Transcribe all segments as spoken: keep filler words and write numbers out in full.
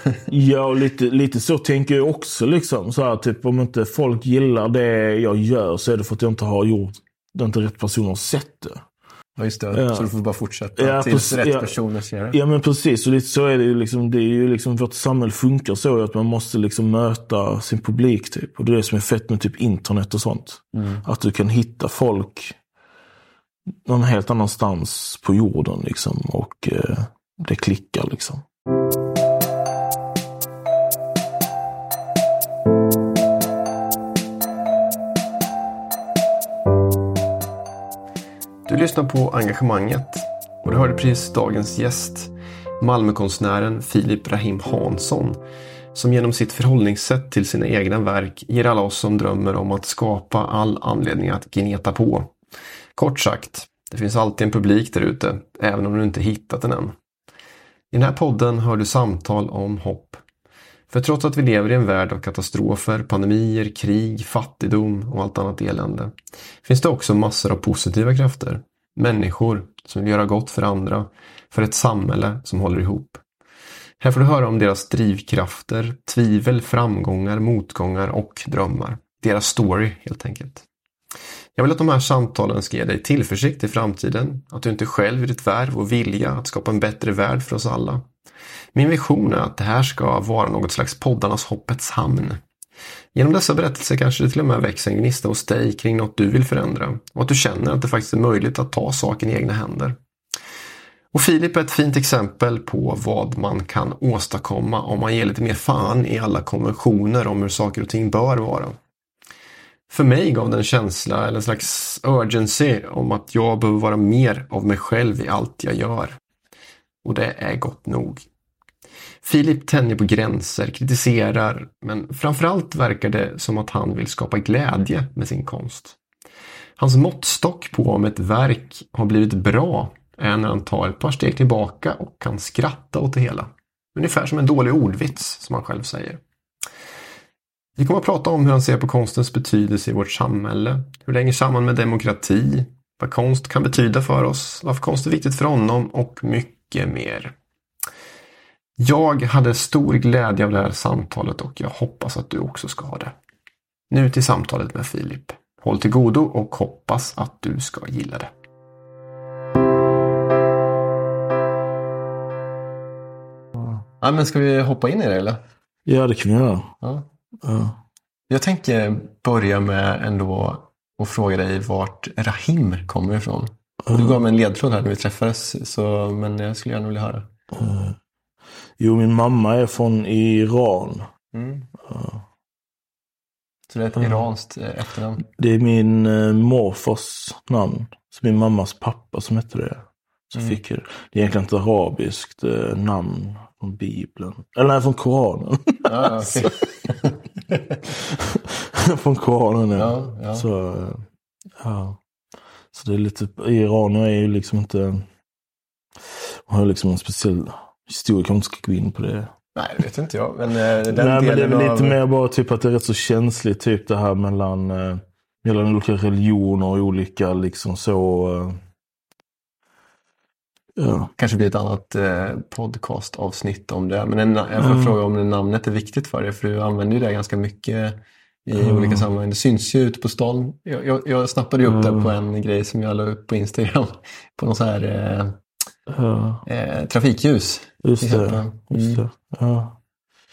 Ja, och lite, lite så tänker jag också liksom. Så här, typ, om inte folk gillar det jag gör så är det för att jag inte har gjort, det inte rätt person har sett det. Ja, just det. Ja. Så du får bara fortsätta ja, tills precis, rätt ja, personer ser det. Ja, men precis. Och lite så är det ju liksom, det är ju liksom, vårt samhälle funkar så att man måste liksom möta sin publik typ. Och det är det som är fett med typ internet och sånt. Mm. Att du kan hitta folk någon helt annanstans på jorden liksom. Och eh, det klickar liksom. Du lyssnar på Engagemanget och du hörde precis dagens gäst, Malmökonstnären Filip Rahim Hansson, som genom sitt förhållningssätt till sina egna verk ger alla oss som drömmer om att skapa all anledning att gneta på. Kort sagt, det finns alltid en publik där ute, även om du inte hittat den än. I den här podden hör du samtal om hopp. För trots att vi lever i en värld av katastrofer, pandemier, krig, fattigdom och allt annat elände, finns det också massor av positiva krafter. Människor som vill göra gott för andra, för ett samhälle som håller ihop. Här får du höra om deras drivkrafter, tvivel, framgångar, motgångar och drömmar. Deras story helt enkelt. Jag vill att de här samtalen ska ge dig tillförsikt i framtiden, att du inte själv är ditt värv och vilja att skapa en bättre värld för oss alla. Min vision är att det här ska vara något slags poddarnas hoppets hamn. Genom dessa berättelser kanske det till och med växer en gnista hos dig kring något du vill förändra och att du känner att det faktiskt är möjligt att ta saken i egna händer. Och Filip är ett fint exempel på vad man kan åstadkomma om man ger lite mer fan i alla konventioner om hur saker och ting bör vara. För mig gav det en känsla eller en slags urgency om att jag behöver vara mer av mig själv i allt jag gör. Och det är gott nog. Filip tänjer på gränser, kritiserar, men framförallt verkar det som att han vill skapa glädje med sin konst. Hans måttstock på om ett verk har blivit bra är när han tar ett par steg tillbaka och kan skratta åt det hela. Ungefär som en dålig ordvits, som han själv säger. Vi kommer att prata om hur han ser på konstens betydelse i vårt samhälle, hur det hänger samman med demokrati, vad konst kan betyda för oss, varför konst är viktigt för honom och mycket mer. Jag hade stor glädje av det här samtalet och jag hoppas att du också ska ha det. Nu till samtalet med Filip. Håll till godo och hoppas att du ska gilla det. Ja, men ska vi hoppa in i det eller? Ja, det kan vi göra. Ja. Ja. Jag tänker börja med ändå att fråga dig vart Rahim kommer ifrån. Och du gav mig en ledtråd här när vi träffades, så, men jag skulle gärna vilja höra. Uh, jo, min mamma är från Iran. Mm. Uh, så det är ett uh, iranskt efternamn? Det är min uh, morfars namn. Så min mammas pappa som heter det. Så mm. fick jag det. Det är egentligen ett arabiskt uh, namn från Bibeln. Eller nej, från Koranen. Ah, okay. Från Koranen, ja. ja, ja. Så, uh, ja. Så det är lite, Iran är ju liksom inte, man har liksom en speciell historia, kan man inte ska gå in på det. Nej, det vet inte jag. Men, den Nej, men det är väl av... lite mer bara typ att det är rätt så känsligt typ det här mellan, mellan olika religioner och olika liksom så. Ja. Kanske blir ett annat eh, podcastavsnitt om det. Men en, jag får mm. fråga om namnet är viktigt för dig, för du använder ju det ganska mycket i mm. olika sammanhang. Det syns ju ute på stan. Jag, jag, jag snappade ju upp mm. det på en grej som jag la upp på Instagram. På någon så här eh, mm. eh, trafikljus. Just det. Mm. Just det. Ja.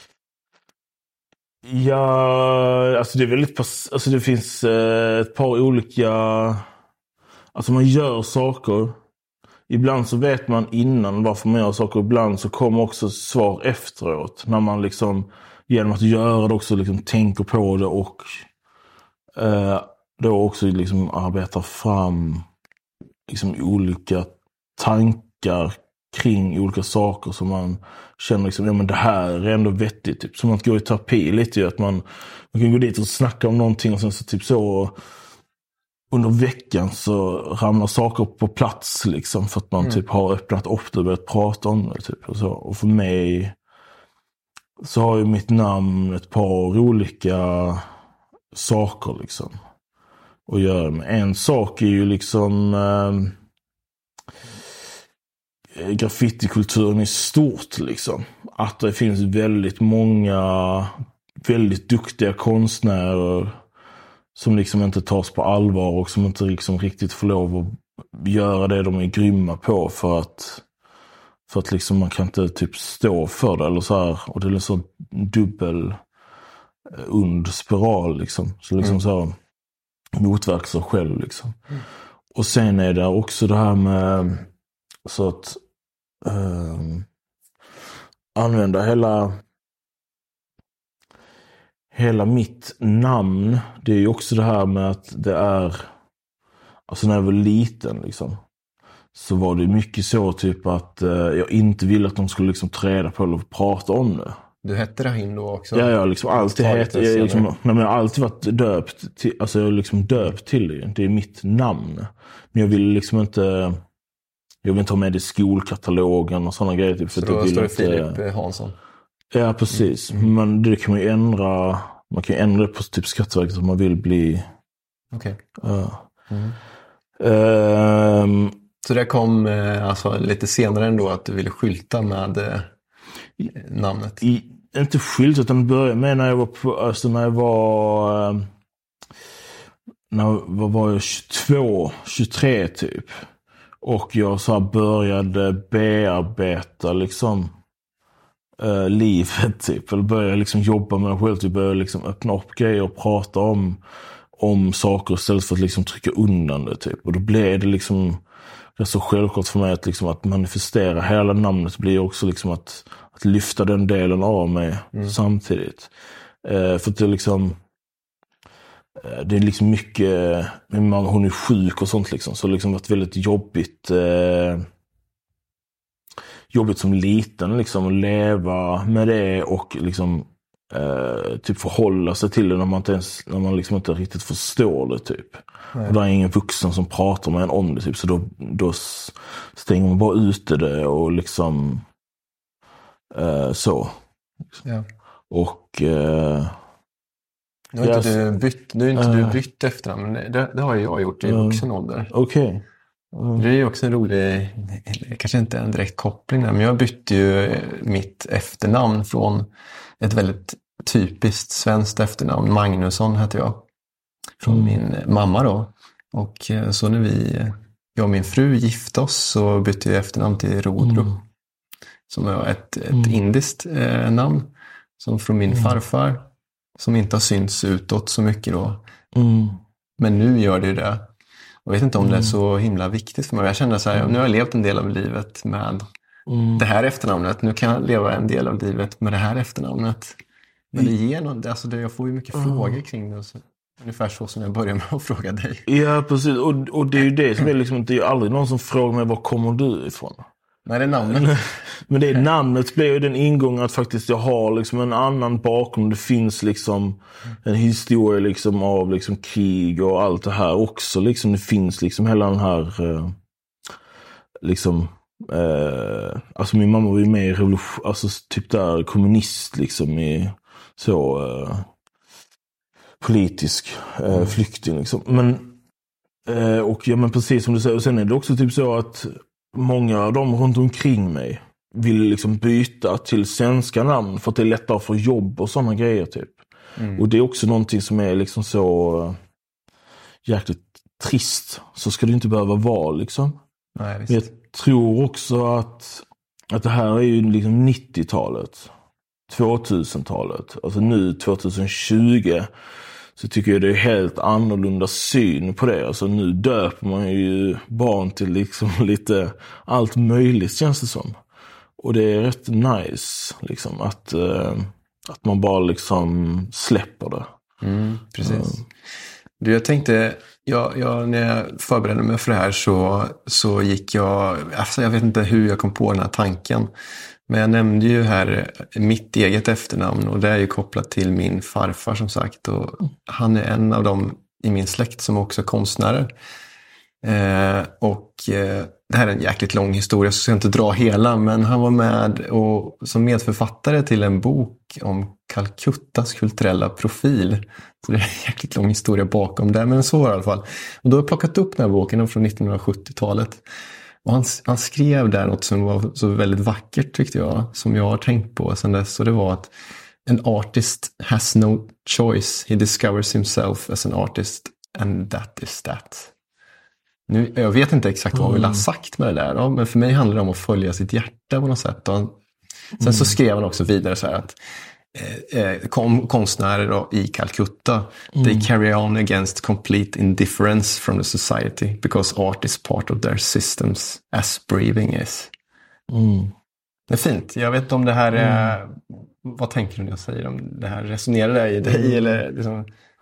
Ja, alltså det är väldigt pass- alltså det finns eh, ett par olika, alltså man gör saker. Ibland så vet man innan varför man gör saker. Ibland så kommer också svar efteråt. När man liksom genom att göra det också liksom tänker på det och eh, då också liksom arbetar fram liksom olika tankar kring olika saker som man känner liksom, ja men det här är ändå vettigt. Typ. Som att gå i terapi lite, att man, man kan gå dit och snacka om någonting och sen så typ så under veckan så ramlar saker på plats liksom, för att man mm. typ har öppnat upp det och börjat prata om det typ och så. Och för mig så har ju mitt namn ett par olika saker liksom att göra med. En sak är ju liksom eh, graffitikulturen i stort liksom. Att det finns väldigt många väldigt duktiga konstnärer som liksom inte tas på allvar och som inte liksom riktigt får lov att göra det de är grymma på för att för att liksom man kan inte typ stå för det eller så här, och det är en sån dubbel und spiral liksom, så liksom mm. så här, motverka sig själv liksom. Mm. Och sen är det också det här med så att eh, använda hela hela mitt namn. Det är ju också det här med att det är, alltså när jag var liten liksom, så var det mycket så typ att eh, jag inte ville att de skulle liksom träda på eller prata om det. Du hette Rahim då också? Ja, jag liksom alltid heter, jag, liksom, nej, men jag har alltid varit döpt till, alltså jag är liksom döpt till det. Det är mitt namn. Men jag vill liksom inte, jag vill inte ha med det i skolkatalogen och sådana grejer typ, för så då vill står det inte, Filip Hansson? Ja, precis. Mm. Men det kan man ju ändra, man kan ju ändra på typ Skatteverket om man vill bli. Okej. Okay. Ja. Mm. Um, så det kom alltså lite senare ändå att du ville skylta med eh, namnet? I, inte skylta, utan började med när jag var på, alltså när jag var um, när vad var jag, tjugotvå, tjugotre typ. Och jag så här började bearbeta liksom uh, livet typ. Eller började liksom jobba med mig själv. Typ började liksom öppna upp grejer och prata om, om saker istället för att liksom trycka undan det typ. Och då blev det liksom, det är så självklart för mig att, liksom, att manifestera hela namnet blir också liksom att, att lyfta den delen av mig mm. samtidigt. Uh, för att det är liksom det är liksom mycket, min mamma, hon är sjuk och sånt liksom, så det liksom varit väldigt jobbigt eh, jobbigt som liten liksom att leva med det och liksom eh, typ förhålla sig till det när man inte ens, när man liksom inte riktigt förstår det typ. Nej. Och det är ingen vuxen som pratar med en om det typ, så då, då stänger man bara ute det och liksom eh, så. Ja. Och eh, Nu har inte yes. du bytt, nu är inte uh, du bytt efternamn, men det, det har jag gjort i uh, vuxen ålder. Okej. Okay. Uh. Det är ju också en rolig, kanske inte en direkt koppling där, men jag bytte ju mitt efternamn från ett väldigt typiskt svenskt efternamn. Magnusson heter jag. Från mm. min mamma då. Och så när vi, jag och min fru gifte oss, så bytte jag efternamn till Rodro. Mm. Som är ett, ett mm. indiskt eh, namn. Som från min mm. farfar. Som inte har synts utåt så mycket då. Mm. Men nu gör det det. Jag vet inte om mm. det är så himla viktigt för mig. Jag känner så här, mm. nu har jag levt en del av livet med mm. det här efternamnet. Nu kan jag leva en del av livet med det här efternamnet. Men det ger något, alltså det, jag får ju mycket mm. frågor kring det. Så, ungefär så som jag börjar med att fråga dig. Ja, precis. Och, och det är ju det som är liksom, det är ju aldrig någon som frågar mig, var kommer du ifrån? Nej, det är namnet. Men det är namnet blir ju den ingången att faktiskt jag har liksom en annan bakgrund. Det finns liksom en historia liksom av liksom krig och allt det här också. Liksom det finns liksom hela den här eh, liksom eh, alltså min mamma var ju med i revolution, alltså typ där kommunist liksom i så eh, politisk eh, flykting liksom. Men eh, och ja, men precis som du säger, och sen är det också typ så att många av dem runt omkring mig vill liksom byta till svenska namn för att det är lättare för jobb och sådana grejer typ. Mm. Och det är också någonting som är liksom så uh, jäkligt trist. Så ska det inte behöva vara liksom. Nej, visst. Men jag tror också att, att det här är ju liksom nittiotalet, tvåtusentalet. Alltså nu tjugohundratjugo så tycker jag det är helt annorlunda syn på det. Alltså nu döper man ju barn till liksom lite allt möjligt, känns det som. Och det är rätt nice liksom att, uh, att man bara liksom släpper det. Mm, precis. Uh. Du, jag tänkte, jag, jag, när jag förberedde mig för det här så, så gick jag, alltså jag vet inte hur jag kom på den här tanken. Men jag nämnde ju här mitt eget efternamn, och det är ju kopplat till min farfar som sagt. Och han är en av dem i min släkt som också är konstnärer. Eh, och eh, det här är en jäkligt lång historia, så jag ska inte dra hela. Men han var med och, som medförfattare till en bok om Calcuttas kulturella profil. Så det är en jäkligt lång historia bakom det, men så var det i alla fall. Och då har jag plockat upp den här boken från nittonhundrasjuttiotalet. Och han, han skrev där något som var så väldigt vackert tyckte jag, som jag har tänkt på sedan dess, och det var att an artist has no choice, he discovers himself as an artist and that is that. Nu, jag vet inte exakt vad han vill ha sagt med det där då, men för mig handlar det om att följa sitt hjärta på något sätt. Och han, sen mm. så skrev han också vidare så här att eh, kom, konstnärer då, i Calcutta, mm. they carry on against complete indifference from the society because art is part of their systems as breathing is. Mm. Det är fint. Jag vet inte om det här är, mm. vad tänker du när jag säger om det här? Resonerar det i dig mm. eller liksom...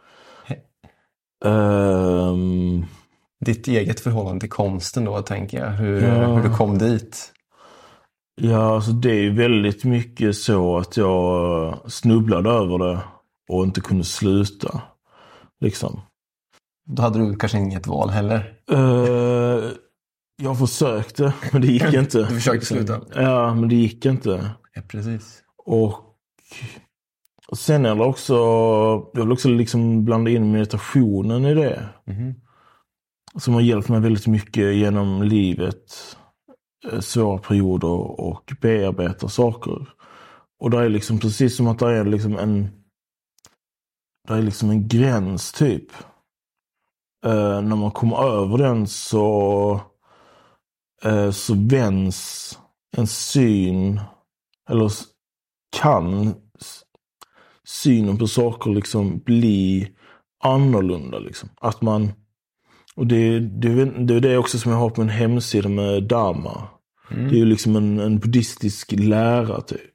Um... Ditt eget förhållande till konsten då, tänker jag. Hur, ja. hur du kom dit. Ja, alltså det är väldigt mycket så att jag snubblade över det och inte kunde sluta. Liksom. Då hade du kanske inget val heller? Uh, jag försökte, men det gick inte. Du försökte sluta? Ja, men det gick inte. Ja, precis. Och, och sen är det också, jag vill också liksom blanda in meditationen i det. Mm-hmm. Som har hjälpt mig väldigt mycket genom livet, svåra perioder och bearbeta saker. Och det är liksom precis som att det är liksom en det är liksom en gräns typ. Uh, när man kommer över den så uh, så vänds en syn, eller kan synen på saker liksom bli annorlunda liksom. Att man, och det, det, det är det också som jag har på en hemsida med Dharma. Mm. Det är ju liksom en, en buddhistisk lära typ.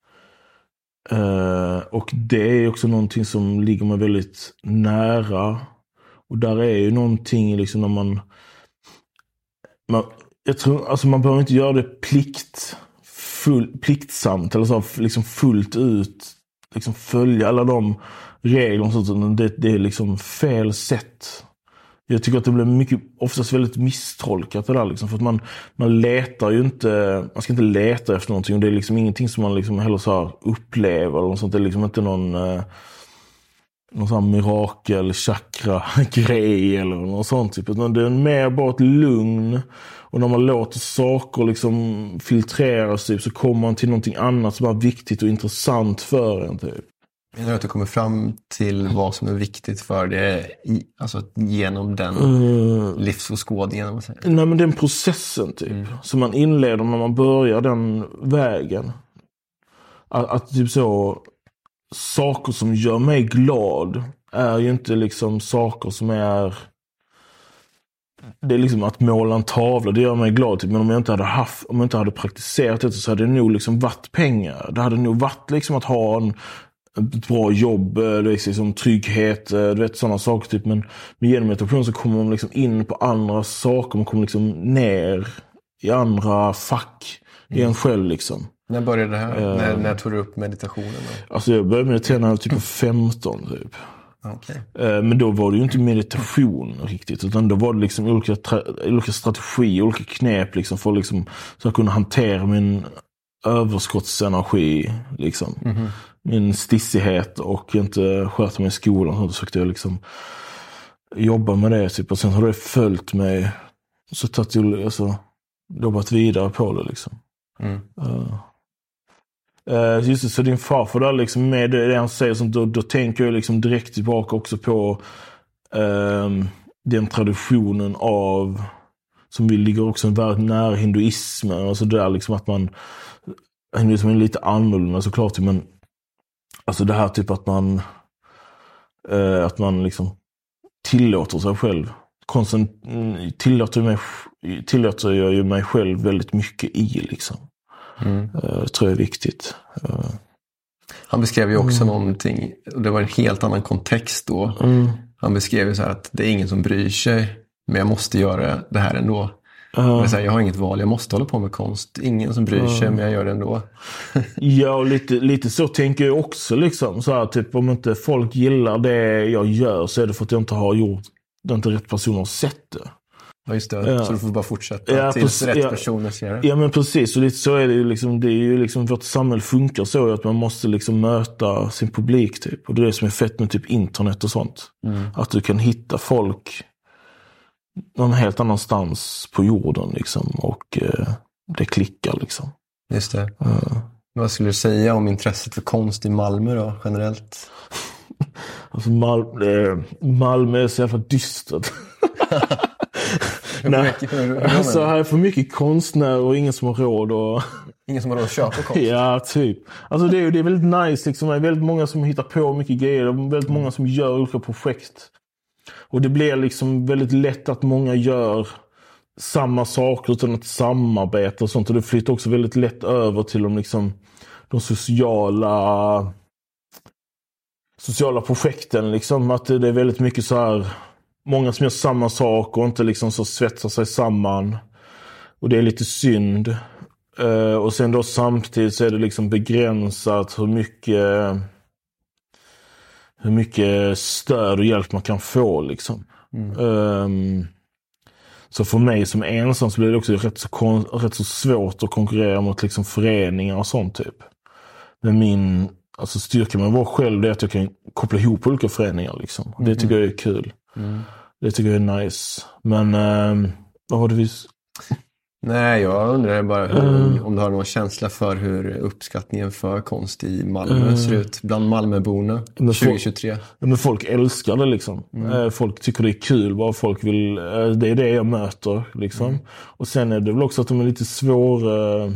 Uh, och det är också någonting som ligger mig väldigt nära. Och där är ju någonting liksom när man, man jag tror, alltså man behöver inte göra det plikt, full, pliktsamt eller så liksom fullt ut, liksom följa alla de regler och sånt. Det, det är liksom fel sätt. Jag tycker att det blir mycket, oftast väldigt misstolkat det där liksom, för att man, man letar ju inte, man ska inte leta efter någonting, och det är liksom ingenting som man liksom heller så här upplever eller något sånt. Det är liksom inte någon eh, någon sån här mirakel chakra grej eller något sånt typ, utan det är mer bara ett lugn, och när man låter saker liksom filtreras typ, så kommer man till någonting annat som är viktigt och intressant för en typ. Jag tror att du kommer fram till vad som är viktigt för det i, alltså genom den uh, livsåskådningen. Nej, men den processen typ, mm. som man inleder när man börjar den vägen. Att, att typ så, saker som gör mig glad är ju inte liksom saker som är, det är liksom att måla en tavla, det gör mig glad typ. Men om jag inte hade haft, om jag inte hade praktiserat det, så hade det nog liksom varit pengar. Det hade nog varit liksom att ha en ett bra jobb, det är liksom trygghet, du vet, sådana saker typ. Men med genom meditation så kommer man liksom in på andra saker, man kommer liksom ner i andra fack i en själv liksom. När började det här? Uh, när, när tog du upp meditationen då? Alltså jag började meditera när jag var typ femton typ. Okay. Uh, men då var det ju inte meditation riktigt, utan då var det liksom olika, tra- olika strategier, olika knep liksom för liksom, så att kunna hantera min överskottsenergi liksom. Mm-hmm. Min stissighet och inte sköta mig i skolan, så försökte jag liksom jobba med det typ. Och sen har det följt mig, så att jag alltså jobbat vidare på det liksom. Mm. Uh. Uh, just det, så din farfar där liksom, med det han säger sånt, då, då tänker jag liksom direkt tillbaka också på uh, den traditionen av, som vi ligger också väldigt nära hinduismen och så där liksom, att man hinduismen är lite annorlunda såklart, men alltså det här typ att man eh, att man liksom tillåter sig själv. Konsten tillåter, mig, tillåter jag ju mig själv väldigt mycket i liksom. Mm. Eh, tror jag är viktigt. Eh. Han beskrev ju också mm. någonting, och det var en helt annan kontext då. Mm. Han beskrev ju så här att det är ingen som bryr sig, men jag måste göra det här ändå. Uh. Jag, jag har inget val, jag måste hålla på med konst. Ingen som bryr sig, uh. men jag gör det ändå. Ja, och lite, lite så tänker jag också liksom. Så här, typ, om inte folk gillar det jag gör, så är det för att jag inte har gjort, det är inte rätt person har sett det. Ja, just det. Ja. Så du får bara fortsätta ja, tills precis, rätt ja, personer ser det. Ja, men precis. Och lite så är det ju liksom, det är ju liksom, vårt samhälle funkar så att man måste liksom möta sin publik typ. Och det är det som är fett med typ internet och sånt. Mm. Att du kan hitta folk någon helt annanstans på jorden liksom, och eh, det klickar liksom. Just det. Uh. Vad skulle du säga om intresset för konst i Malmö då, generellt? Alltså Mal- Malmö är så jävla dystert. Nej, alltså här är för mycket konstnärer och ingen som har råd och... Ingen som har råd att köpa konst. Ja, typ. Alltså det är, det är väldigt nice liksom. Det är väldigt många som hittar på mycket grejer. Det är väldigt många som gör olika projekt. Och det blir liksom väldigt lätt att många gör samma saker utan att samarbeta och sånt. Och det flyttar också väldigt lätt över till de, liksom, de sociala sociala projekten. Liksom. Att det är väldigt mycket så här, många som gör samma sak och inte liksom så svetsar sig samman. Och det är lite synd. Uh, och sen då samtidigt så är det liksom begränsat hur mycket hur mycket stöd och hjälp man kan få liksom. Mm. Um, så för mig som ensam så blir det också rätt så, kon- rätt så svårt att konkurrera mot liksom föreningar och sånt typ. Men min alltså styrka med att vara själv det är att jag kan koppla ihop olika föreningar liksom. Mm. Det tycker jag är kul. Mm. Det tycker jag är nice. Men um, vad var det vi... Nej, jag undrar bara hur, uh, om du har någon känsla för hur uppskattningen för konst i Malmö uh, ser ut bland Malmöborna tjugohundratjugotre. Folk, men folk älskar det liksom. Mm. Folk tycker det är kul, vad folk vill. Det är det jag möter liksom. Mm. Och sen är det väl också att de är lite svår äh,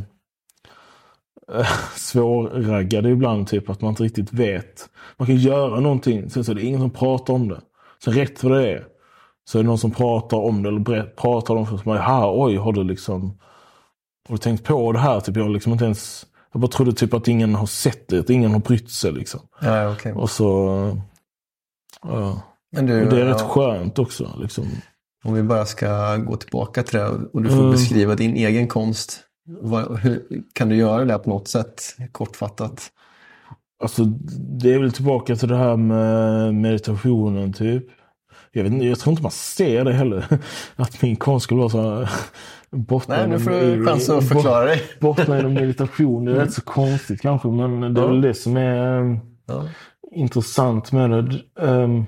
svårraggade ibland typ, att man inte riktigt vet. Man kan göra någonting, sen så är det ingen som pratar om det. Sen rätt för det är så är det någon som pratar om det eller berätt, pratar om det för mig. Ha, oj, har du liksom har du tänkt på det här? Typ, jag liksom inte ens, jag bara trodde typ att ingen har sett det, att ingen har brytt sig liksom. Ja, okay. Och så ja. Men du, och det är ja, rätt skönt också liksom. Om vi bara ska gå tillbaka till det och du får mm. beskriva din egen konst. Vad, hur, kan du göra det på något sätt, kortfattat? Alltså, det är väl tillbaka till det här med meditationen typ. Jag, vet, jag tror inte man ser det heller. Att min konst skulle vara så bottna. Nej, nu får du chans att förklara dig. Bottna inom meditation. Det är rätt så konstigt kanske. Men det är ja. väl det som är ja. intressant med det. Um,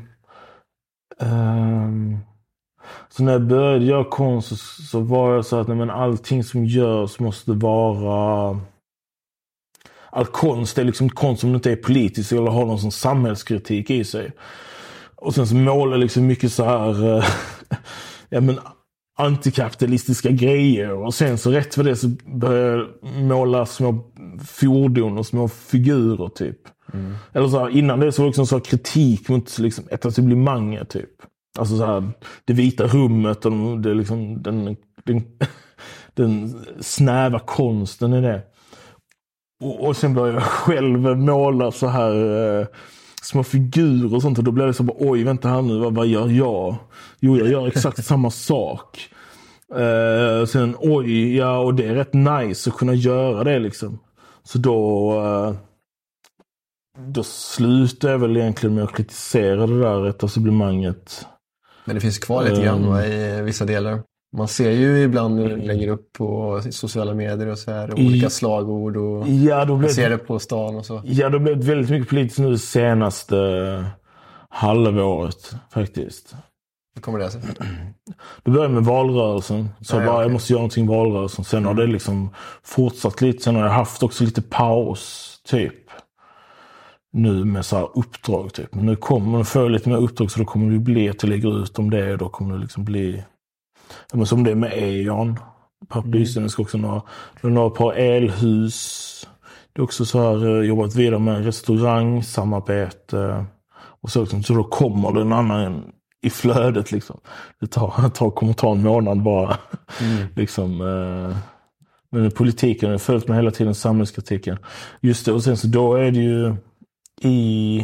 um, så när jag började göra konst så, så var det så att nej, men allting som görs måste vara... All konst är liksom konst som inte är politisk eller har någon sån samhällskritik i sig. Och sen så målar liksom mycket så här äh, ja, men antikapitalistiska grejer. Och sen så rätt för det så börjar jag måla små fordon och små figurer typ. Mm. Eller så här, innan det så var det liksom så här kritik mot liksom etablissemanget typ. Alltså så här, det vita rummet och det liksom, den, den, den snäva konsten är det. Och, och sen började jag själv måla så här... Äh, små figurer och sånt, och då blir det så bara, oj, vänta här nu, vad, vad gör jag? Jo, jag gör exakt samma sak. Uh, sen, oj, ja, och det är rätt nice att kunna göra det liksom. Så då uh, då slutar jag väl egentligen med att kritisera det där etablissemanget. Men det finns kvar lite grann uh, i vissa delar. Man ser ju ibland längre upp på sociala medier och så här, olika slagord och ja, då blev, ser det på stan och så. Ja, det blev väldigt mycket politiskt nu senaste halvåret faktiskt. Hur kommer det sig? Det började med valrörelsen. Så ja, jag bara, okay. jag måste göra någonting i valrörelsen. Sen har det liksom fortsatt lite. Sen har jag haft också lite paus typ. Nu med så här uppdrag typ. Men nu kommer man få lite mer uppdrag så då kommer det bli att jag lägger ut om det. Då kommer det liksom bli... Men som det är med E.ON. Paraplysen ska också några, några par elhus. Det är också så här jobbat vidare med restaurangsamarbete. Och så, så då kommer det en annan i flödet liksom. Det tar, tar, kommer ta en månad bara. Mm. liksom, men politiken har följt med hela tiden, samhällskritiken. Just det, och sen så då är det ju i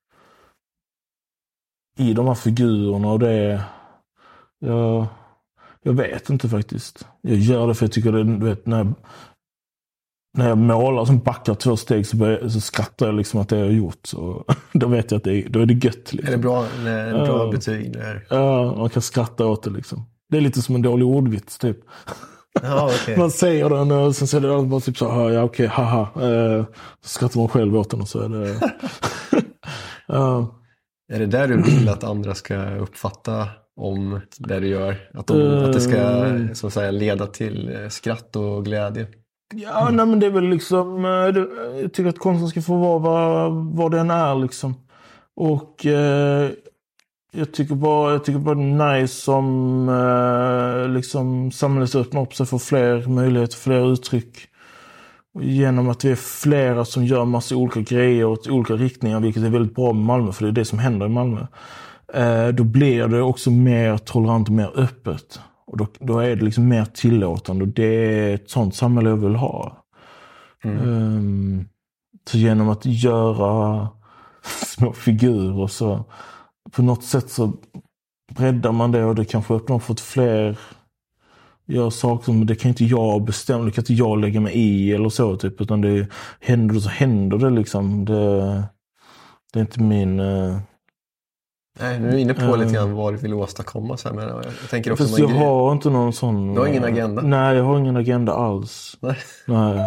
i de här figurerna och det jag Jag vet inte faktiskt. Jag gör det för jag tycker det, du vet, när jag, när jag målar som backar två steg så, börjar, så skrattar jag liksom att det jag har gjort. Så då vet jag att det är, då är det gött. Liksom. Är det bra, en bra uh, betyg där? Ja, man kan skratta åt det liksom. Det är lite som en dålig ordvits typ. Ja, okay. Man säger den och sen säger det bara typ så här, ja okej, okay, haha. Uh, så skrattar man själv åt den och så är det... uh. Är det där du vill att andra ska uppfatta om det du gör? Att, de, uh, att det ska så att säga, leda till skratt och glädje? Ja, mm. nej, men det är väl liksom... Jag tycker att konsten ska få vara vad, vad den är liksom. Och eh, jag tycker bara jag tycker bara det är nice som eh, liksom samhället öppnar upp sig för fler möjligheter, fler uttryck. Genom att vi är flera som gör massa olika grejer åt olika riktningar, vilket är väldigt bra med Malmö, för det är det som händer i Malmö. Eh, då blir det också mer tolerant och mer öppet. Och då, då är det liksom mer tillåtande, och det är ett sånt samhälle jag vill ha. Mm. Um, så genom att göra små figurer så på något sätt så breddar man det, och det kanske öppnar för att fler gör saker, men det kan inte jag bestämma, det kan inte jag lägga mig i eller så typ, utan det händer så händer det liksom. Det, det är inte min... Uh, Nej, nu är du inne på uh, lite grann vad du vill åstadkomma så här, men jag, jag tänker också... Fast jag grej. har inte någon sån... Du har ingen agenda? Nej, jag har ingen agenda alls. Nej. Nej.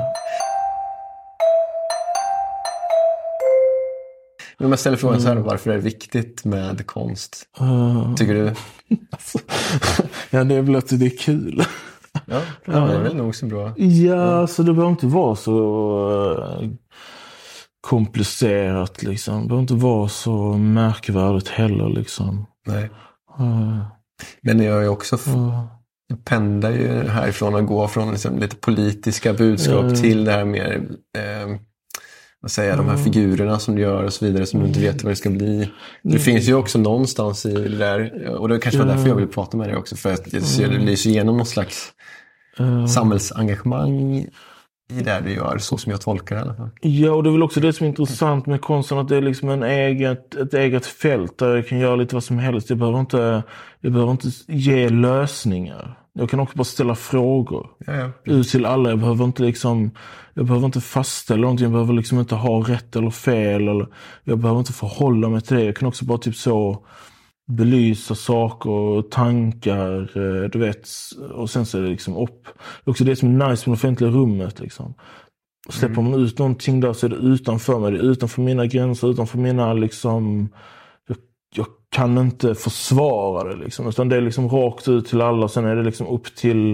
Men jag ställer frågan så här, varför är det viktigt med konst? Uh, Tycker du? Ja, det är väl att det är kul. Ja, det är väl nog så bra. Ja, så det behöver inte vara så uh, komplicerat liksom. Det behöver inte vara så märkvärdigt heller liksom. Nej. Uh, Men det gör ju också... F- uh, pendlar ju härifrån att gå från liksom lite politiska budskap uh, till det här mer... Uh, vad säger mm. de här figurerna som du gör och så vidare, som du inte vet vad det ska bli. Mm. Det finns ju också någonstans i det där, och det kanske var därför jag vill prata med dig också, för att det ser, det lyser igenom någon slags mm. samhällsengagemang i det du gör, så som jag tolkar det i alla fall. Ja, och det är väl också det som är intressant med konsten, att det är liksom en eget, ett eget fält där jag kan göra lite vad som helst. Jag behöver inte, jag behöver inte ge lösningar. Jag kan också bara ställa frågor ja, ja. ut till alla. Jag behöver inte liksom, jag behöver inte fastställa någonting. Jag behöver liksom inte ha rätt eller fel. Eller, jag behöver inte förhålla mig till det. Jag kan också bara typ så belysa saker, tankar, du vet. Och sen så är det liksom upp. Det är också det som är nice med det offentliga rummet liksom. Släpper mm. man ut någonting där, så är det utanför mig. Det är utanför mina gränser, utanför mina liksom... Jag, jag kan inte försvara det liksom, utan det är liksom rakt ut till alla. Sen är det liksom upp till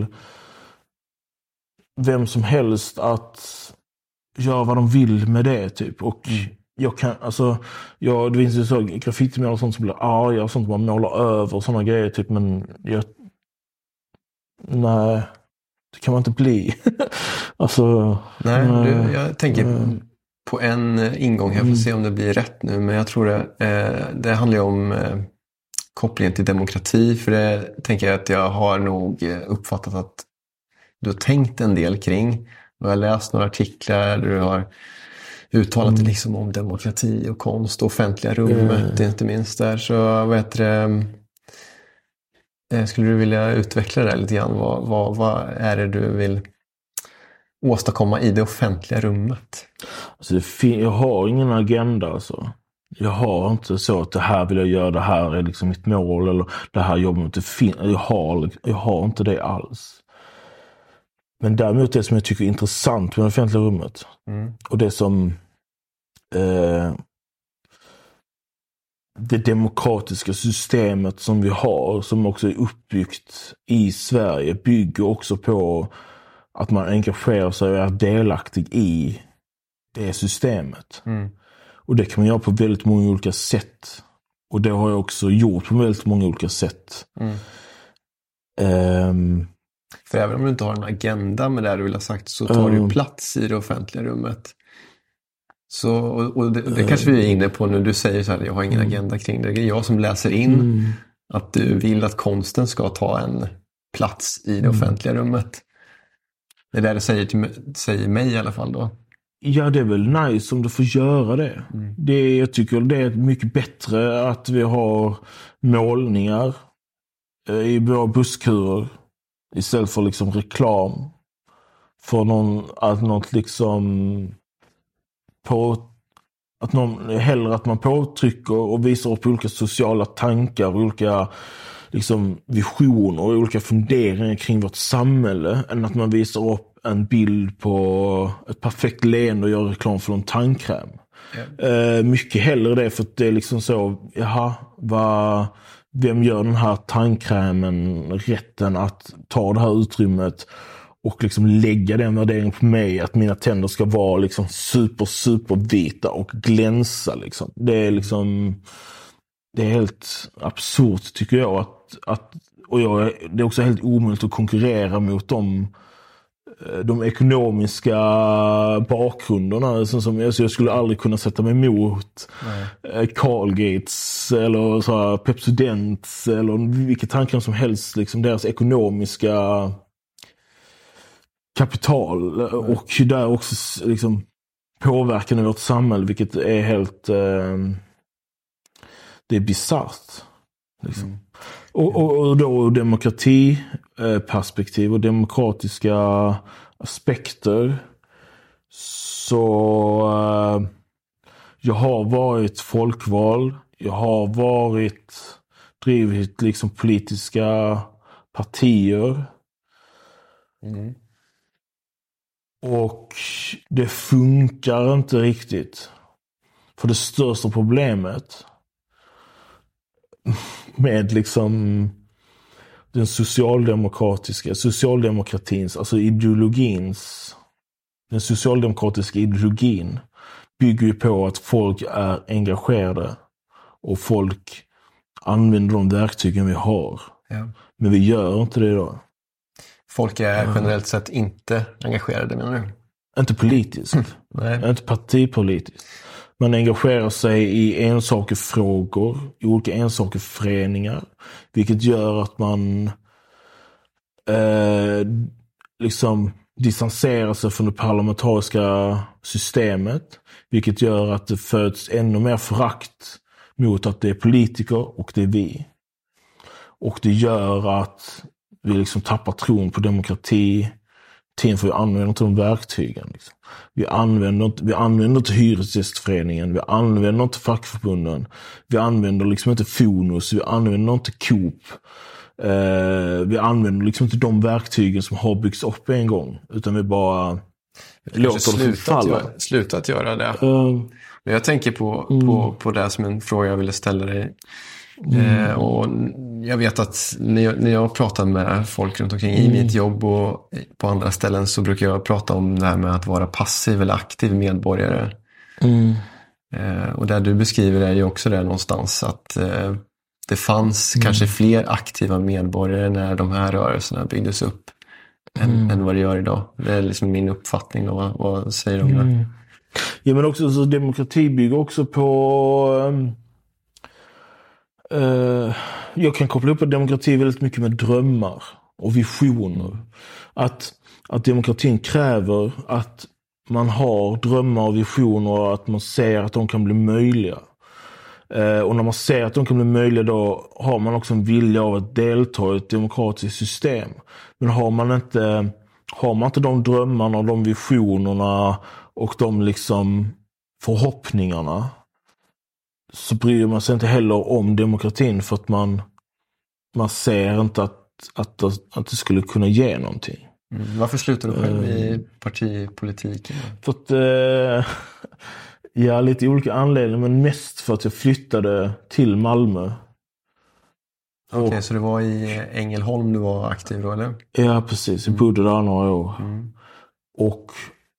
vem som helst att göra vad de vill med det typ. Och mm. jag kan, alltså jag, det finns ju så graffitimål och sånt som blir arga och sånt som man målar över och sådana grejer typ, men jag nej, det kan man inte bli. Alltså nej, du, jag tänker nej. på en ingång här, för att se om det blir rätt nu, men jag tror det, eh, det handlar ju om eh, kopplingen till demokrati, för det tänker jag att jag har nog uppfattat att du har tänkt en del kring. Jag har läst några artiklar där du har uttalat mm. liksom om demokrati och konst och offentliga rummet, mm. inte minst där. Så vad heter det, eh, skulle du vilja utveckla det lite grann? Vad, vad, vad är det du vill åstadkomma i det offentliga rummet? Alltså det fin- jag har ingen agenda alltså. Jag har inte så att det här vill jag göra, det här är liksom mitt mål, eller det här jobbar inte fin- jag har jag har inte det alls. Men däremot det som jag tycker är intressant med det offentliga rummet mm. och det som eh, det demokratiska systemet som vi har, som också är uppbyggt i Sverige, bygger också på att man engagerar sig och är delaktig i det systemet. Mm. Och det kan man göra på väldigt många olika sätt. Och det har jag också gjort på väldigt många olika sätt. Mm. Um, För även om du inte har en agenda med det du vill ha sagt, så tar um, du plats i det offentliga rummet. Så, och, och det, det um, kanske vi är inne på nu. Du säger så här, jag har ingen um, agenda kring det. Det är jag som läser in um, att du vill att konsten ska ta en plats i det um, offentliga rummet. Det är det du säger till säger mig i alla fall då. Ja, det är väl nice om du får göra det. Mm. det. Jag tycker det är mycket bättre att vi har målningar i våra busskurer istället för liksom reklam för någon, att något liksom på att någon, hellre att man påtrycker och visar upp olika sociala tankar, olika liksom visioner och olika funderingar kring vårt samhälle, än att man visar upp en bild på ett perfekt leende och gör reklam för en tandkräm. Yeah. Uh, mycket hellre det, för att det är liksom så, jaha, vad, vem gör den här tandkrämen rätten att ta det här utrymmet och liksom lägga den värderingen på mig att mina tänder ska vara liksom super, super vita och glänsa liksom. Det är liksom det är helt absurt tycker jag att, att och jag, det är också helt omöjligt att konkurrera mot dem de ekonomiska bakgrunderna som, som alltså jag skulle aldrig kunna sätta mig emot Nej. Colgates eller så här Pepsodents eller vilket tankar som helst liksom deras ekonomiska kapital Nej. Och där också liksom påverkan i vårt samhälle vilket är helt eh, det är bizarrt liksom. Mm. Och, och, och då demokratiperspektiv och demokratiska aspekter så uh, jag har varit folkval, jag har varit drivit liksom politiska partier mm. och det funkar inte riktigt för det största problemet med liksom den socialdemokratiska socialdemokratins, alltså ideologins den socialdemokratiska ideologin bygger ju på att folk är engagerade och folk använder de verktygen vi har. Ja. Men vi gör inte det då. Folk är generellt sett inte engagerade, menar du? Inte politiskt. Nej. Inte partipolitiskt. Man engagerar sig i ensakefrågor, i olika ensakeföreningar, vilket gör att man eh, liksom distanserar sig från det parlamentariska systemet, vilket gör att det föds ännu mer förakt mot att det är politiker och det är vi. Och det gör att vi liksom tappar tron på demokrati. Tiden för vi använder inte de verktygen. Liksom. Vi, använder inte, vi använder inte hyresgästföreningen, vi använder inte fackförbunden, vi använder liksom inte Fonus, vi använder inte Coop. Eh, vi använder liksom inte de verktygen som har byggts upp en gång, utan vi bara vi låter dem falla. Slutat göra det. Uh, Men jag tänker på, mm. på, på det som en fråga jag ville ställa dig. Mm. Eh, och jag vet att när jag, när jag pratar med folk runt omkring mm. i mitt jobb och på andra ställen så brukar jag prata om det här med att vara passiv eller aktiv medborgare. Mm. Eh, och där du beskriver är ju också det någonstans att eh, det fanns mm. kanske fler aktiva medborgare när de här rörelserna byggdes upp än, mm. än vad det gör idag. Det är liksom min uppfattning. Vad, vad säger du om mm. det? Ja, men också så demokrati bygger också på um... Uh, jag kan koppla upp på demokrati väldigt mycket med drömmar och visioner. Att, att demokratin kräver att man har drömmar och visioner och att man ser att de kan bli möjliga. Uh, och när man ser att de kan bli möjliga då har man också en vilja av att delta i ett demokratiskt system. Men har man inte, har man inte de drömmarna och de visionerna och de liksom förhoppningarna så bryr man sig inte heller om demokratin för att man, man ser inte att, att, att det skulle kunna ge någonting. Mm. Varför slutar du själv uh, i partipolitiken? För att, uh, ja, lite olika anledningar, men mest för att jag flyttade till Malmö. Okej, okay, så det var i Ängelholm du var aktiv då, eller? Ja, precis. Jag mm. bodde där några år. Mm. Och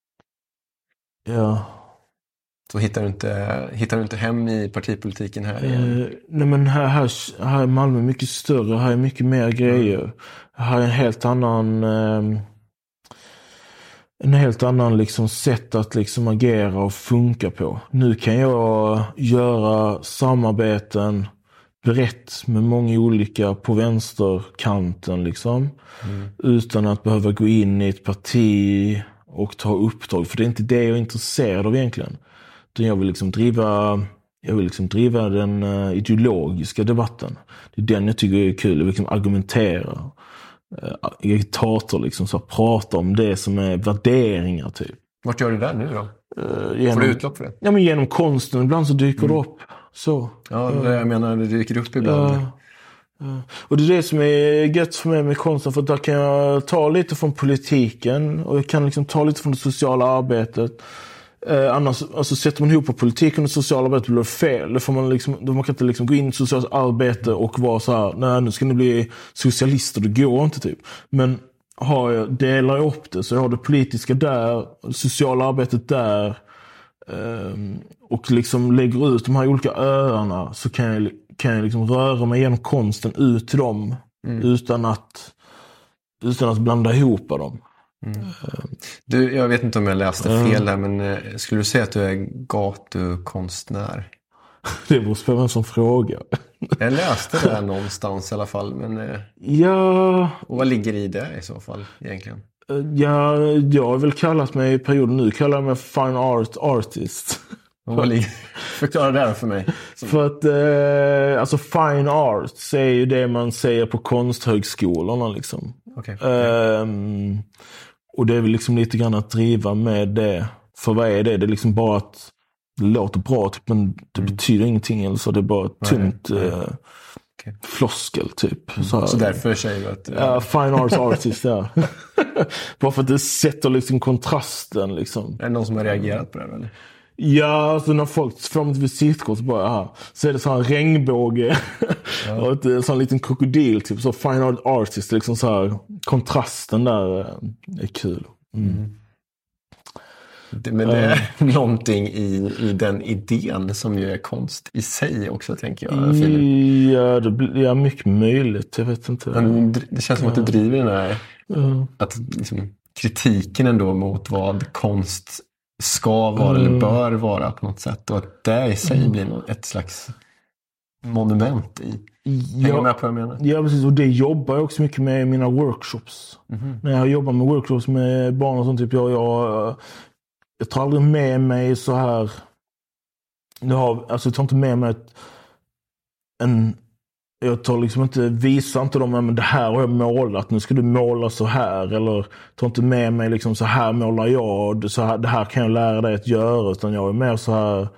ja... Så hittar du inte, hittar du inte hem i partipolitiken här igen? Eh, nej men här, här, här är Malmö mycket större. Här är mycket mer grejer. Mm. Här är en helt annan eh, en helt annan liksom sätt att liksom agera och funka på. Nu kan jag göra samarbeten brett med många olika på vänsterkanten liksom. Mm. Utan att behöva gå in i ett parti och ta uppdrag. För det är inte det jag är intresserad av egentligen. Jag vill liksom driva, jag vill liksom driva den uh, ideologiska debatten. Det är den jag tycker är kul. Jag vill liksom argumentera. Uh, agitator liksom så prata om det som är värderingar typ. Vart gör du det nu då? Uh, genom, Får du utlopp för det? Ja, men genom konsten. Ibland så dyker mm. det upp. Så. Ja, det, jag menar det dyker upp ibland. Uh, uh. Och det är det som är gött för mig med konsten. För där kan jag ta lite från politiken. Och jag kan liksom ta lite från det sociala arbetet. Eh, annars, alltså sätter man ihop på politiken och sociala arbete blir det fel. Det får man liksom, då man kan inte liksom gå in i socialt arbete och vara så här, nej nu ska ni bli socialister, det går inte typ. Men har jag, delar jag upp det så jag har det politiska där, sociala arbetet där eh, och liksom lägger ut de här olika öarna, så kan jag, kan jag liksom röra mig genom konsten ut till dem mm. utan att utan att blanda ihop dem. Mm. Du, jag vet inte om jag läste fel där, men eh, skulle du säga att du är gatukonstnär? Det beror på vem som frågar. Jag läste det här någonstans i alla fall, men eh, ja. Och vad ligger i det i så fall egentligen? Ja, jag har väl kallat mig i perioden nu kallar jag mig fine art artist. Och vad ligger? Förklara det här för mig. Som... För att eh, alltså fine art är ju det man säger på konsthögskolorna liksom. Okay. Um, och det är väl liksom lite grann att driva med det. För vad är det? Det är liksom bara att det låter bra typ, men det mm. betyder ingenting. Eller så det är bara ett tungt nej, nej. Uh, okay. floskel typ. Mm. Så, så därför säger du att... Ja, uh, fine arts artist, ja. Bara för att det sätter liksom kontrasten liksom. Är det någon som har reagerat på det eller? Ja, alltså när folk får ett visitkort så bara, aha, så är det så här regnbåge ja. och en sån liten krokodil typ, så fine art artist liksom så här, kontrasten där är kul. Mm. Mm. Det, men det är uh. någonting i, i den idén som ju är konst i sig också, tänker jag. Filip. Ja, det blir ja, mycket möjligt, jag vet inte. Men det känns som att du driver den här uh. att liksom, kritiken ändå mot vad konst ska vara mm. eller bör vara på något sätt, och att det i sig mm. blir ett slags monument i. Hänger ja, med på vad jag menar? Ja, precis. Och det jobbar jag också mycket med i mina workshops. Mm. När jag jobbar med workshops med barn och sånt, typ jag, jag, jag tar aldrig med mig så här. Jag, har, alltså, jag tar inte med mig ett, en... Jag tar liksom inte, visar inte dem, men det här har jag målat, nu ska du måla så här, eller tar inte med mig liksom så här målar jag, så här, det här kan jag lära dig att göra, utan jag är mer så här,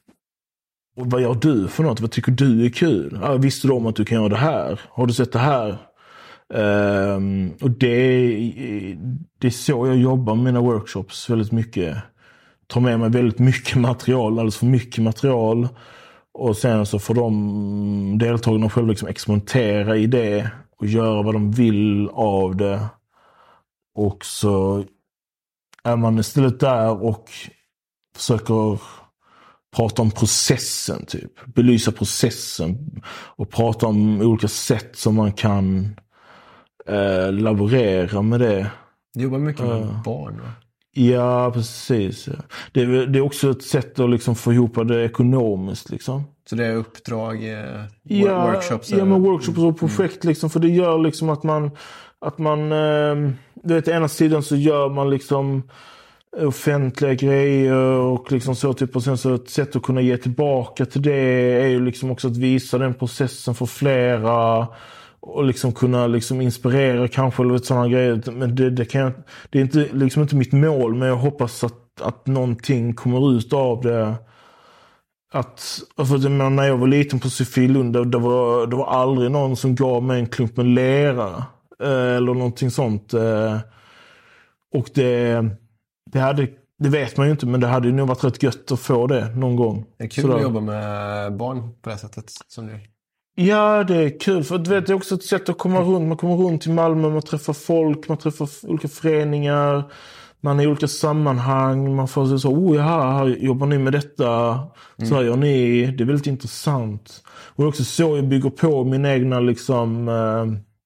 vad gör du för något, vad tycker du är kul? Ja, visste du om att du kan göra det här? Har du sett det här? Um, och det, det är så jag jobbar med mina workshops väldigt mycket. Tar med mig väldigt mycket material, alldeles för mycket material. Och sen så får de deltagarna själva liksom experimentera i det och göra vad de vill av det. Och så är man istället där och försöker prata om processen typ. Belysa processen och prata om olika sätt som man kan eh, laborera med det. Du jobbar mycket med uh, barn, va? Ja, precis. Ja. Det, är, det är också ett sätt att liksom få ihop det ekonomiskt. Liksom. Så det är uppdrag, eh, ja, workshops? Ja, men workshops och projekt. Mm. Liksom, för det gör liksom att man... Att man eh, du vet, ena sidan så gör man liksom offentliga grejer och liksom så typ, och sen så ett sätt att kunna ge tillbaka till det är ju liksom också att visa den processen för flera och liksom kunna liksom inspirera kanske eller sådana grejer, men det, det kan jag, det är inte liksom inte mitt mål, men jag hoppas att att någonting kommer ut av det. Att alltså, när jag var liten på Sofielund, det var det var aldrig någon som gav mig en klump med lera eller någonting sånt, och det det hade det vet man ju inte, men det hade ju nog varit rätt gött att få det någon gång. Det är kul Sådär. Att jobba med barn på det sättet som du. Ja, det är kul. För du vet, det är också ett sätt att komma runt. Man kommer runt till Malmö, man träffar folk, man träffar olika föreningar, man är i olika sammanhang, man får säga så, oh ja, här jobbar ni med detta, mm. så här gör ni, det är väldigt intressant. Och det är också så jag bygger på min egna liksom eh,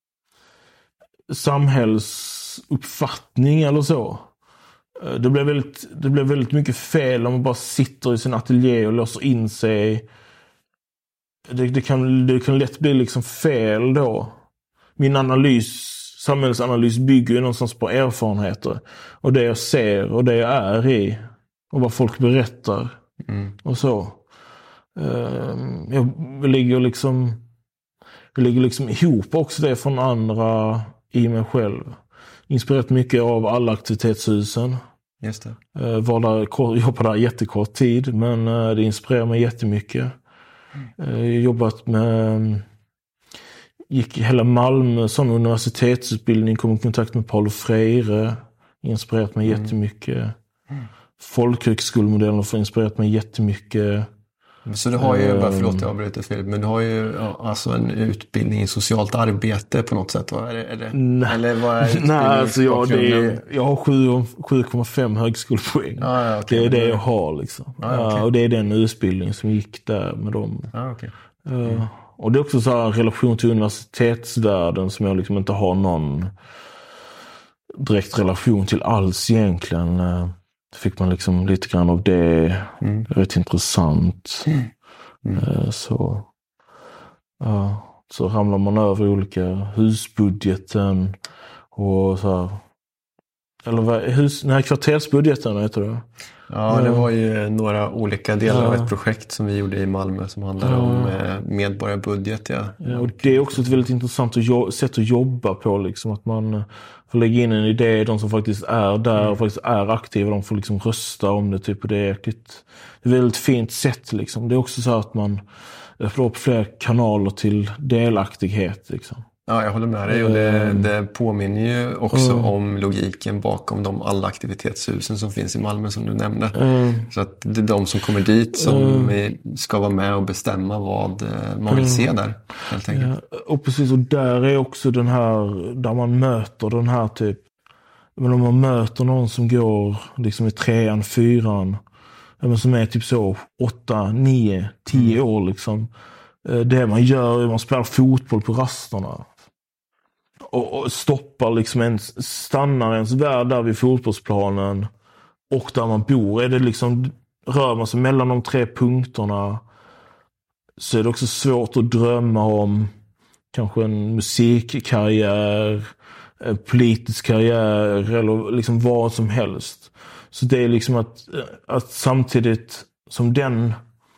samhällsuppfattning eller så. Det blir väldigt, det blir väldigt mycket fel om man bara sitter i sin ateljé och låser in sig. Det, det, kan, det kan lätt bli liksom fel då. Min analys, samhällsanalys bygger ju någonstans på erfarenheter. Och det jag ser och det jag är i. Och vad folk berättar. Mm. Och så. Jag ligger liksom jag ligger liksom ihop också det från andra i mig själv. Inspirerat mycket av alla aktivitetshusen. Just det. Var där, jobbade där jättekort tid, men det inspirerar mig jättemycket. Mm. Jag har jobbat med, gick hela Malmö som universitetsutbildning, kom i kontakt med Paulo Freire, inspirerat mig mm. jättemycket. Mm. folkhögskolmodellen har inspirerat mig jättemycket. Så du har ju, bara förlåt jag avbryter Filip, men du har ju alltså en utbildning i socialt arbete på något sätt, va? Är det, är det? Nej, eller vad är nej alltså jag, det är, jag har sju komma fem högskolepoäng. Ah, ja, okay. Det är det jag har liksom. Ah, ja, okay. Och det är den utbildning som gick där med dem. Ah, okay. mm. Och det är också så här relation till universitetsvärlden som jag liksom inte har någon direkt relation till alls egentligen. Då fick man liksom lite grann av det. Mm. Det är rätt intressant. Mm. Mm. Så, ja, så ramlar man över olika husbudgeten och så här. Eller vad, hus, nej, kvartersbudgeten heter det. Ja, det var ju några olika delar ja. av ett projekt som vi gjorde i Malmö som handlar ja. om medborgarbudget. Ja. Ja, och det är också ett väldigt intressant sätt att jobba på. Liksom, att man får lägga in en idé, de som faktiskt är där och faktiskt är aktiva, de får liksom rösta om det. Typ, och det är ett, ett väldigt fint sätt. Liksom. Det är också så att man öppnar upp fler kanaler till delaktighet. Liksom. Ja, jag håller med dig och det, det påminner ju också mm. om logiken bakom de alla aktivitetshusen som finns i Malmö som du nämnde. Mm. Så att det är de som kommer dit som mm. ska vara med och bestämma vad man vill se där, helt enkelt. Ja, och precis, och där är också den här, där man möter den här typ, men om man möter någon som går liksom i trean, fyran, men som är typ så åtta, nio, tio mm. år liksom. Det man gör är man spelar fotboll på rasterna. Och, och stoppar liksom ens, stannar ens värld där vid fotbollsplanen och där man bor. Är det liksom, rör man sig mellan de tre punkterna så är det också svårt att drömma om kanske en musikkarriär, en politisk karriär eller liksom vad som helst. Så det är liksom att, att samtidigt som den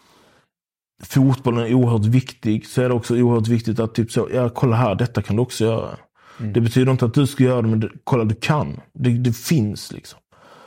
fotbollen är oerhört viktig så är det också oerhört viktigt att typ så, ja kolla här, detta kan du också göra. Mm. Det betyder inte att du ska göra det, men det, kolla du kan. Det, det finns liksom.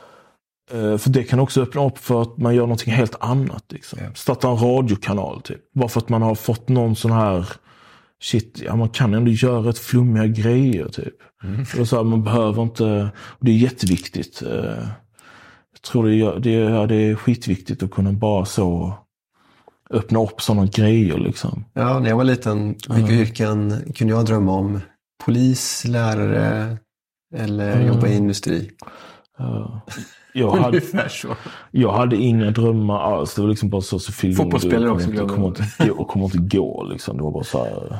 Uh, för det kan också öppna upp för att man gör någonting helt annat liksom. Yeah. Starta en radiokanal typ. Bara för att man har fått någon sån här shit, ja man kan ändå göra ett flummiga grejer typ. Mm. Och så här, man behöver inte, och det är jätteviktigt. Uh, jag tror det är, det, är, ja, det är skitviktigt att kunna bara så öppna upp sådana grejer liksom. Ja, när jag var liten, vilka mm. yrken kunde jag drömma om? Polis, lärare eller mm. jobba i industri? Ja. Jag, hade, jag hade inga drömmar alls. Det var liksom bara så, så film. Fotbollsspelare också. Det kommer inte, inte, kommer inte gå liksom. Det var bara så här.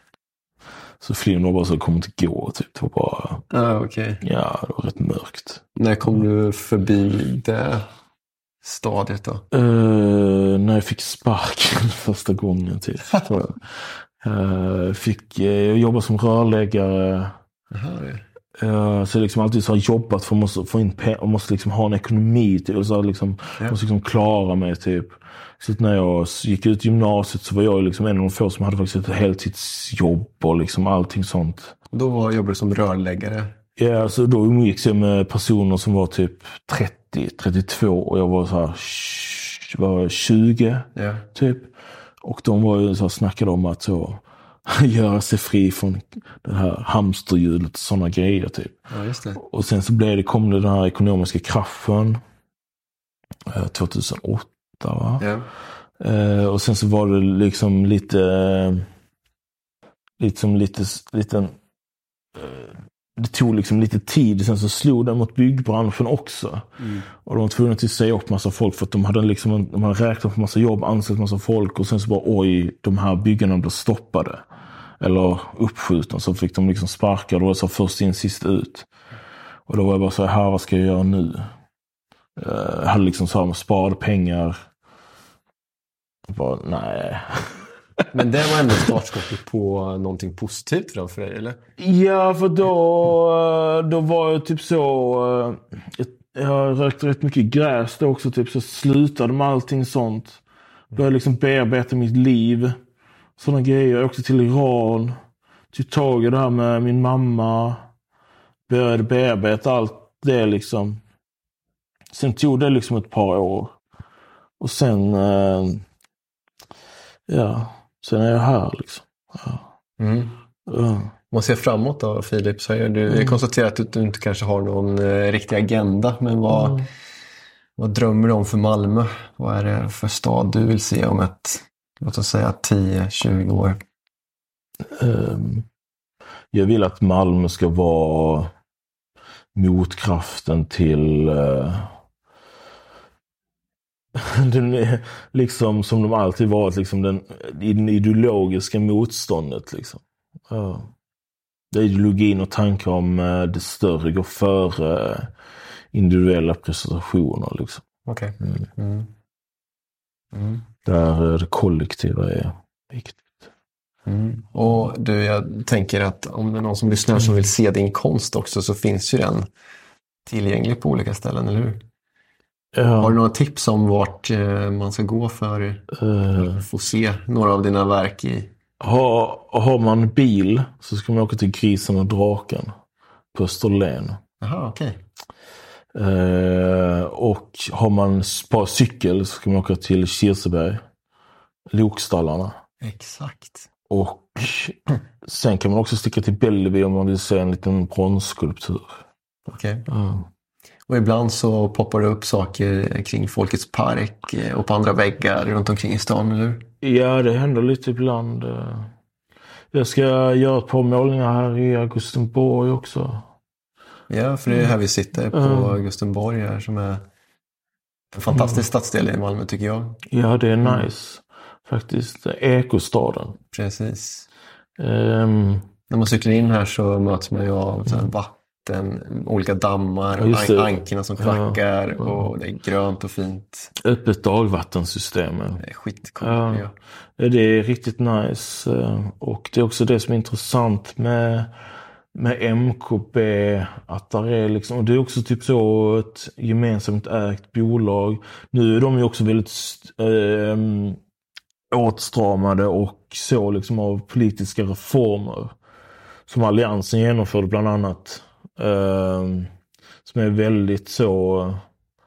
Så film var bara så, det kommer inte gå typ. Det var bara, ah, okay. Ja, det var rätt mörkt. När kom du förbi det stadiet då? Uh, när jag fick sparken första gången typ, tror jag. Uh, fick uh, jobba som rörläggare. Aha, ja. Uh, så jag liksom alltid så har jobbat för att måste få in pengar och måste liksom ha en ekonomi till, och så liksom, ja. måste liksom klara mig typ. Så att när jag gick ut gymnasiet så var jag liksom en av de få som hade faktiskt ett heltidsjobb och liksom allting sånt. Då var jobbade du som rörläggare? Ja, så då umgicks jag med personer som var typ trettio, trettiotvå och jag var så här var tjugo ja. typ. Och de var ju så här, snackade om att så göra sig fri från det här hamsterhjulet och sådana grejer typ. Ja, just det. Och sen så blev det, kom det den här ekonomiska kraschen eh, tjugohundraåtta va? Ja. Eh, och sen så var det liksom lite eh, liksom lite liten eh, det tog liksom lite tid, sen så slog det mot byggbranschen också. Mm. Och de var tvungna att säga upp massa folk för att de hade liksom, de hade räknat på massa jobb, anställt massa folk och sen så bara oj, de här byggarna blev stoppade. Eller uppskjutna, så fick de liksom sparka och då var så först in, sist ut. Och då var jag bara så här, vad ska jag göra nu? Jag hade liksom så här, man sparade pengar. Jag bara, nej. Men det var ändå startskottet på någonting positivt för, för dig, eller? Ja, för då, då var jag typ så... Jag rökte rätt mycket gräs då också, typ så slutade med allting sånt. Började liksom bearbeta mitt liv. Sådana grejer. Jag åkte till Iran. Tog tag i det här med min mamma. Började bearbeta allt det liksom. Sen tog det liksom ett par år. Och sen... Ja... Sen är jag här liksom. Ja. Mm. Ja. Man ser framåt då, Filip, så är du, mm. jag konstaterar att du, du inte kanske har någon eh, riktig agenda, men vad, mm. Vad drömmer du om för Malmö? Vad är det för stad du vill se om ett, låt oss säga tio tjugo år? Um, jag vill att Malmö ska vara motkraften till uh, den är liksom som de alltid varit liksom den, den ideologiska motståndet liksom. Uh, det är ideologin och tankar om uh, det större går före uh, individuella prestationer liksom. Okej. Okay. Mm. Mm. Mm. Där uh, det kollektiva är viktigt. Mm. Och du, jag tänker att om det är någon som lyssnar som vill se din konst också, så finns ju den tillgänglig på olika ställen, eller hur? Ja. Har du några tips om vart eh, man ska gå för, för att få se några av dina verk i? Har, har man bil så ska man åka till Grisen och draken på Österlen. Jaha, okej. Okay. Eh, och har man bara cykel så ska man åka till Kirseberg, Lokstallarna. Exakt. Och sen kan man också sticka till Bellevue om man vill se en liten bronsskulptur. Okej. Okay. Mm. Och ibland så poppar det upp saker kring Folkets park och på andra väggar runt omkring i stan, eller? Ja, det händer lite ibland. Jag ska göra ett par målningar här i Augustenborg också. Ja, för det är här vi sitter på mm. Augustenborg här, som är en fantastisk mm. stadsdel i Malmö, tycker jag. Ja, det är nice. Mm. Faktiskt. Ekostaden. Precis. Um, När man cyklar in här så möts man ju av så här vatten, olika dammar, an- ankerna som kvackar ja, ja. Och det är grönt och fint. Öppet dagvattensystem. Det är skitcoolt. Ja. Ja. Det är riktigt nice. Och det är också det som är intressant med, med M K B. Att där är liksom, och det är också typ så ett gemensamt ägt bolag. Nu är de ju också väldigt äh, åtstramade och så liksom av politiska reformer som Alliansen genomförde bland annat, eh, som är väldigt så,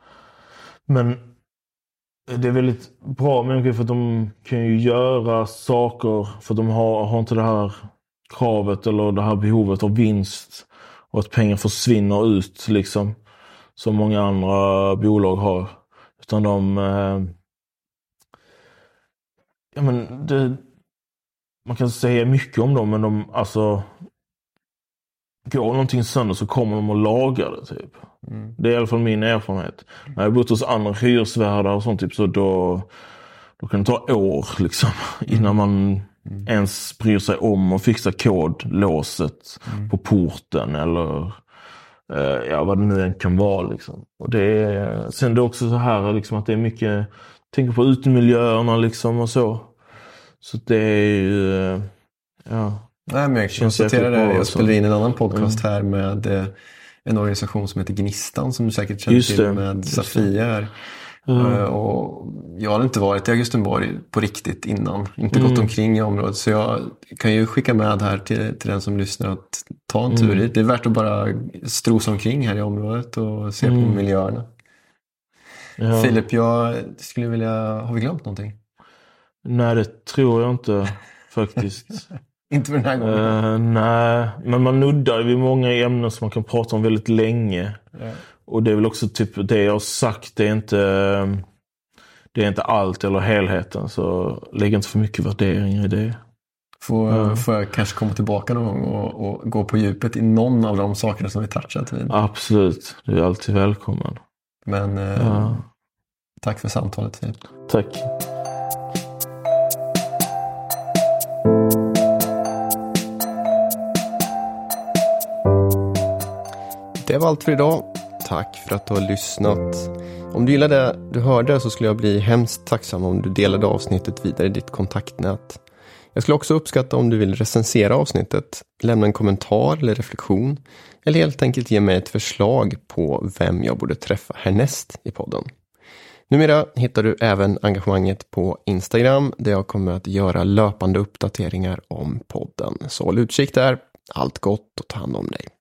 men det är väldigt bra människor för att de kan ju göra saker för att de har, har inte det här kravet eller det här behovet av vinst och att pengar försvinner ut liksom som många andra bolag har, utan de eh, ja, men det, man kan säga mycket om dem, men de, alltså, går någonting sönder så kommer de att laga det typ. Mm. Det är i alla fall min erfarenhet. När jag har bott hos andra hyresvärdar och sånt typ, så då, då kan det ta år liksom mm. innan man mm. ens bryr sig om att fixa kodlåset mm. på porten eller eh, ja, vad det nu än kan vara liksom. Och det är, sen det är också så här liksom att det är mycket, tänker på utemiljöerna liksom och så. Så det är ju, ja. Nej, men jag konstaterar det. Jag spelade in en annan podcast mm. här med eh, en organisation som heter Gnistan, som du säkert känner till, det, med Safia här. Mm. Uh, och jag hade inte varit i Augustenborg på riktigt innan. Inte mm. gått omkring i området. Så jag kan ju skicka med här till, till den som lyssnar att ta en tur. Mm. Det är värt att bara strosa omkring här i området och se mm. på miljöerna. Ja. Filip, jag skulle vilja... Har vi glömt någonting? Nej, det tror jag inte faktiskt. Inte för den här gången? Uh, nej, men man nuddar vid många ämnen som man kan prata om väldigt länge. Ja. Och det är väl också typ det jag har sagt, det är inte, det är inte allt eller helheten. Så lägg inte för mycket värderingar i det. Får, uh. får jag kanske komma tillbaka någon gång och, och gå på djupet i någon av de sakerna som vi touchat vid? Absolut, du är alltid välkommen. Men uh. Uh. tack för samtalet. Tack. Det var allt för idag. Tack för att du har lyssnat. Om du gillade det du hörde så skulle jag bli hemskt tacksam om du delade avsnittet vidare i ditt kontaktnät. Jag skulle också uppskatta om du vill recensera avsnittet, lämna en kommentar eller reflektion, eller helt enkelt ge mig ett förslag på vem jag borde träffa härnäst i podden. Numera hittar du även engagemanget på Instagram, där jag kommer att göra löpande uppdateringar om podden. Så håll utkik där. Allt gott och ta hand om dig.